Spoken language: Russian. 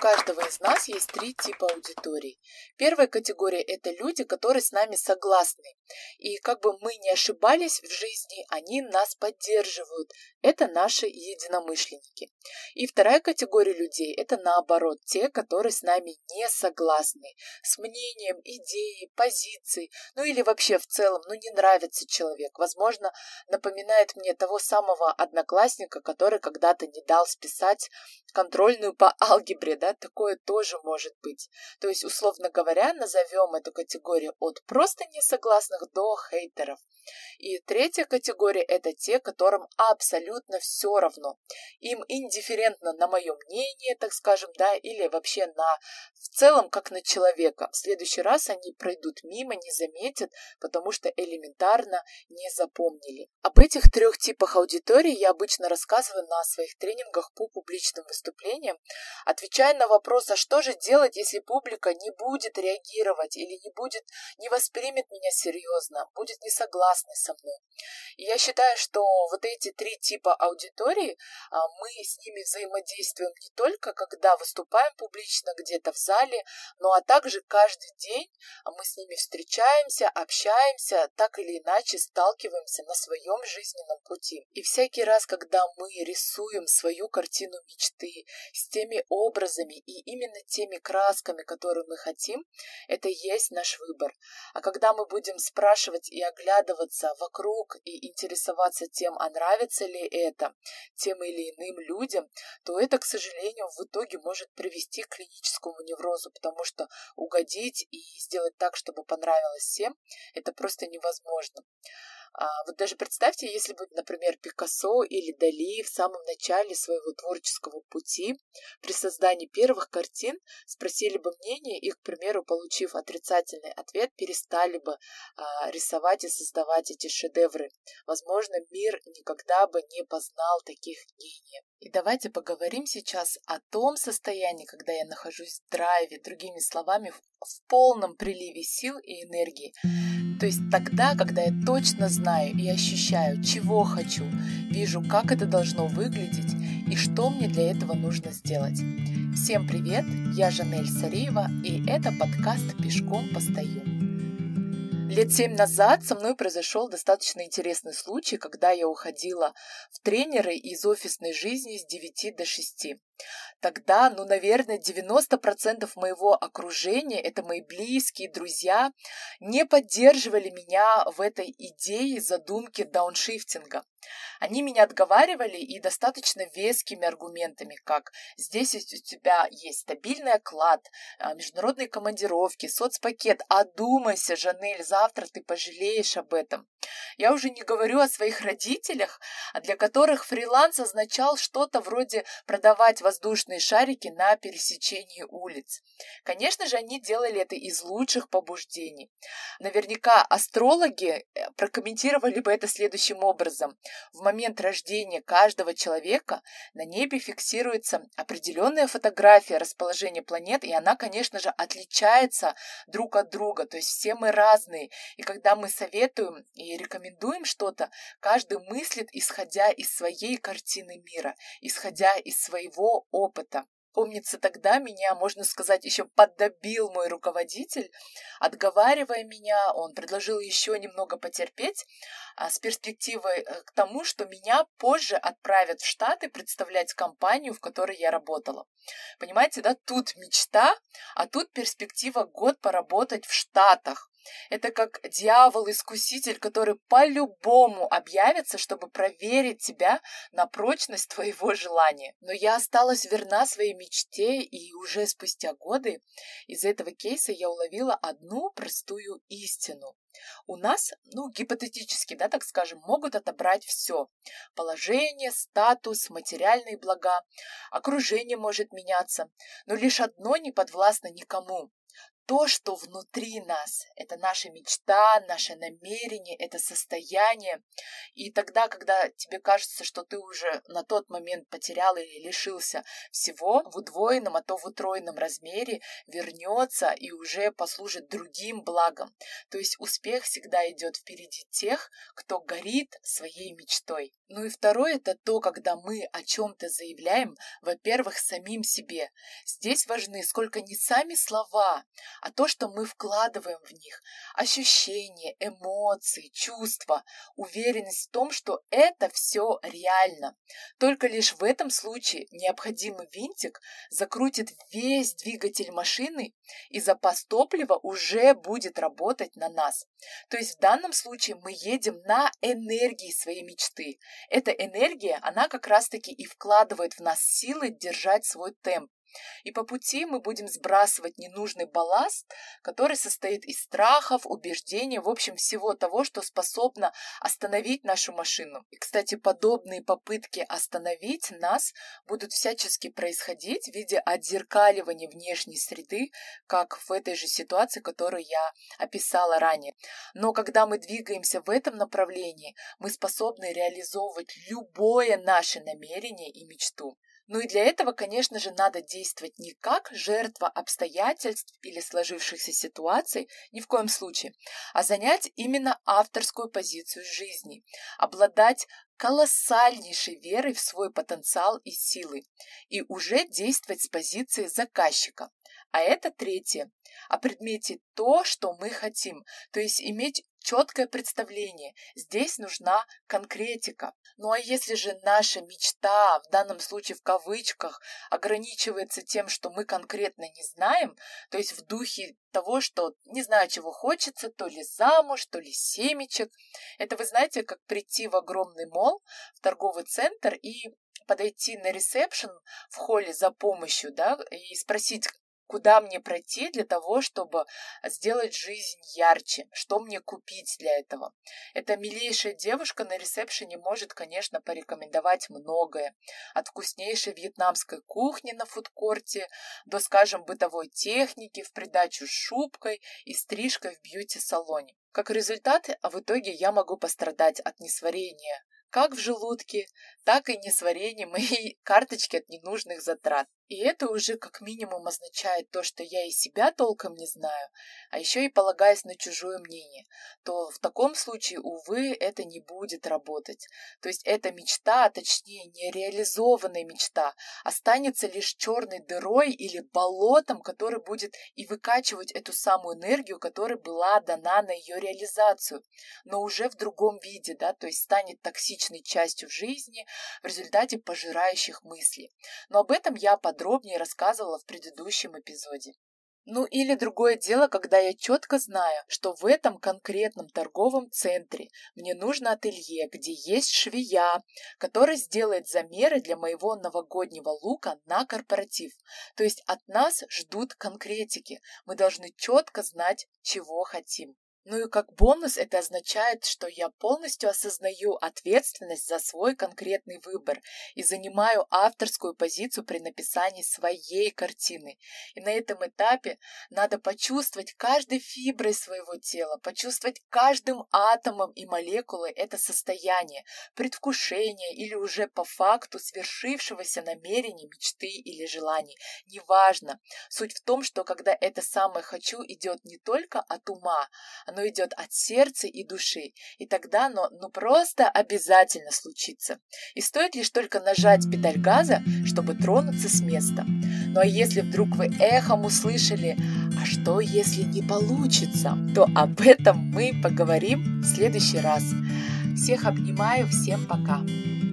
каждого из нас есть три типа аудиторий. Первая категория – это люди, которые с нами согласны. И как бы мы ни ошибались в жизни, они нас поддерживают. Это наши единомышленники. И вторая категория людей – это наоборот, те, которые с нами не согласны. С мнением, идеей, позицией, ну или вообще в целом, не нравится человек. Возможно, напоминает мне того самого одноклассника, который когда-то не дал списать контрольную по алгебре, да, такое тоже может быть. То есть, условно говоря, назовем эту категорию от просто несогласных до хейтеров. И третья категория – это те, которым абсолютно все равно. Им индифферентно на мое мнение, так скажем, да, или вообще в целом как на человека. В следующий раз они пройдут мимо, не заметят, потому что элементарно не запомнили. Об этих трех типах аудитории я обычно рассказываю на своих тренингах по публичным выступлениям, отвечая на вопрос, а что же делать, если публика не будет реагировать или не воспримет меня серьезно, будет не согласна со мной. И я считаю, что вот эти три типа аудитории, мы с ними взаимодействуем не только когда выступаем публично где-то в зале, но а также каждый день мы с ними встречаемся, общаемся, так или иначе сталкиваемся на своем жизненном пути. И всякий раз, когда мы рисуем свою картину мечты с теми образами и именно теми красками, которые мы хотим, это и есть наш выбор. А когда мы будем спрашивать и оглядываться вокруг и интересоваться тем, а нравится ли это тем или иным людям, то это, к сожалению, в итоге может привести к клиническому неврозу, потому что угодить и сделать так, чтобы понравилось всем, это просто невозможно. Вот даже представьте, если бы, например, Пикассо или Дали в самом начале своего творческого пути при создании первых картин спросили бы мнение и, к примеру, получив отрицательный ответ, перестали бы рисовать и создавать эти шедевры. Возможно, мир никогда бы не познал таких гениев. И давайте поговорим сейчас о том состоянии, когда я нахожусь в драйве, другими словами, в полном приливе сил и энергии. То есть тогда, когда я точно знаю и ощущаю, чего хочу, вижу, как это должно выглядеть и что мне для этого нужно сделать. Всем привет, я Жанель Сариева, и это подкаст «Пешком постою». Лет 7 назад со мной произошел достаточно интересный случай, когда я уходила в тренеры из офисной жизни с 9 до 6. Тогда, наверное, 90% моего окружения, это мои близкие, друзья, не поддерживали меня в этой идее, задумке дауншифтинга. Они меня отговаривали и достаточно вескими аргументами, как здесь у тебя есть стабильный оклад, международные командировки, соцпакет, одумайся, Жанель, завтра ты пожалеешь об этом. Я уже не говорю о своих родителях, для которых фриланс означал что-то вроде продавать воздушные шарики на пересечении улиц. Конечно же, они делали это из лучших побуждений. Наверняка астрологи прокомментировали бы это следующим образом. В момент рождения каждого человека на небе фиксируется определенная фотография расположения планет, и она, конечно же, отличается друг от друга, то есть все мы разные. И когда мы советуем и рекомендуем что-то, каждый мыслит, исходя из своей картины мира, исходя из своего опыта. Помнится, тогда меня, можно сказать, еще поддобил мой руководитель, отговаривая меня, он предложил еще немного потерпеть с перспективой к тому, что меня позже отправят в Штаты представлять компанию, в которой я работала. Понимаете, да, тут мечта, а тут перспектива год поработать в Штатах. Это как дьявол-искуситель, который по-любому объявится, чтобы проверить тебя на прочность твоего желания. Но я осталась верна своей мечте, и уже спустя годы из этого кейса я уловила одну простую истину. У нас, гипотетически, да, так скажем, могут отобрать все. Положение, статус, материальные блага, окружение может меняться, но лишь одно не подвластно никому. то, что внутри нас. Это наша мечта, наше намерение, это состояние. И тогда, когда тебе кажется, что ты уже на тот момент потерял или лишился всего, в удвоенном, а то в утроенном размере вернется и уже послужит другим благом. То есть успех всегда идет впереди тех, кто горит своей мечтой. Ну и второе, это то, когда мы о чем-то заявляем, во-первых, самим себе. Здесь важны сколько не сами слова, а то, что мы вкладываем в них. Ощущения, эмоции, чувства, уверенность в том, что это все реально. Только лишь в этом случае необходимый винтик закрутит весь двигатель машины, и запас топлива уже будет работать на нас. То есть в данном случае мы едем на энергии своей мечты. Эта энергия, она как раз-таки и вкладывает в нас силы держать свой темп. И по пути мы будем сбрасывать ненужный балласт, который состоит из страхов, убеждений, в общем, всего того, что способно остановить нашу машину. И, кстати, подобные попытки остановить нас будут всячески происходить в виде отзеркаливания внешней среды, как в этой же ситуации, которую я описала ранее. Но когда мы двигаемся в этом направлении, мы способны реализовывать любое наше намерение и мечту. Ну и для этого, конечно же, надо действовать не как жертва обстоятельств или сложившихся ситуаций, ни в коем случае, а занять именно авторскую позицию жизни, обладать колоссальнейшей верой в свой потенциал и силы и уже действовать с позиции заказчика. А это третье. Опредметить то, что мы хотим, то есть иметь четкое представление. Здесь нужна конкретика. Ну а если же наша мечта, в данном случае в кавычках, ограничивается тем, что мы конкретно не знаем, то есть в духе того, что не знаю, чего хочется, то ли замуж, то ли семечек. Это вы знаете, как прийти в огромный молл, в торговый центр и подойти на ресепшн в холле за помощью, да, и спросить, куда мне пройти для того, чтобы сделать жизнь ярче, что мне купить для этого. Эта милейшая девушка на ресепшене может, конечно, порекомендовать многое. От вкуснейшей вьетнамской кухни на фудкорте до, скажем, бытовой техники в придачу с шубкой и стрижкой в бьюти-салоне. Как результат, в итоге я могу пострадать от несварения как в желудке, так и несварение моей карточки от ненужных затрат. И это уже как минимум означает то, что я и себя толком не знаю, а еще и полагаясь на чужое мнение, то в таком случае, увы, это не будет работать. То есть эта мечта, а точнее нереализованная мечта, останется лишь черной дырой или болотом, который будет и выкачивать эту самую энергию, которая была дана на ее реализацию, но уже в другом виде, да, то есть станет токсичной частью жизни в результате пожирающих мыслей. Но об этом я подробнее рассказывала в предыдущем эпизоде. Ну или другое дело, когда я четко знаю, что в этом конкретном торговом центре мне нужно ателье, где есть швея, которая сделает замеры для моего новогоднего лука на корпоратив. То есть от нас ждут конкретики. Мы должны четко знать, чего хотим. Ну и как бонус это означает, что я полностью осознаю ответственность за свой конкретный выбор и занимаю авторскую позицию при написании своей картины. И на этом этапе надо почувствовать каждой фиброй своего тела, почувствовать каждым атомом и молекулой это состояние, предвкушение или уже по факту свершившегося намерения, мечты или желаний. Неважно. Суть в том, что когда это самое «хочу» идет не только от ума, оно идет от сердца и души, и тогда оно просто обязательно случится. И стоит лишь только нажать педаль газа, чтобы тронуться с места. Ну а если вдруг вы эхом услышали «а что, если не получится?», то об этом мы поговорим в следующий раз. Всех обнимаю, всем пока!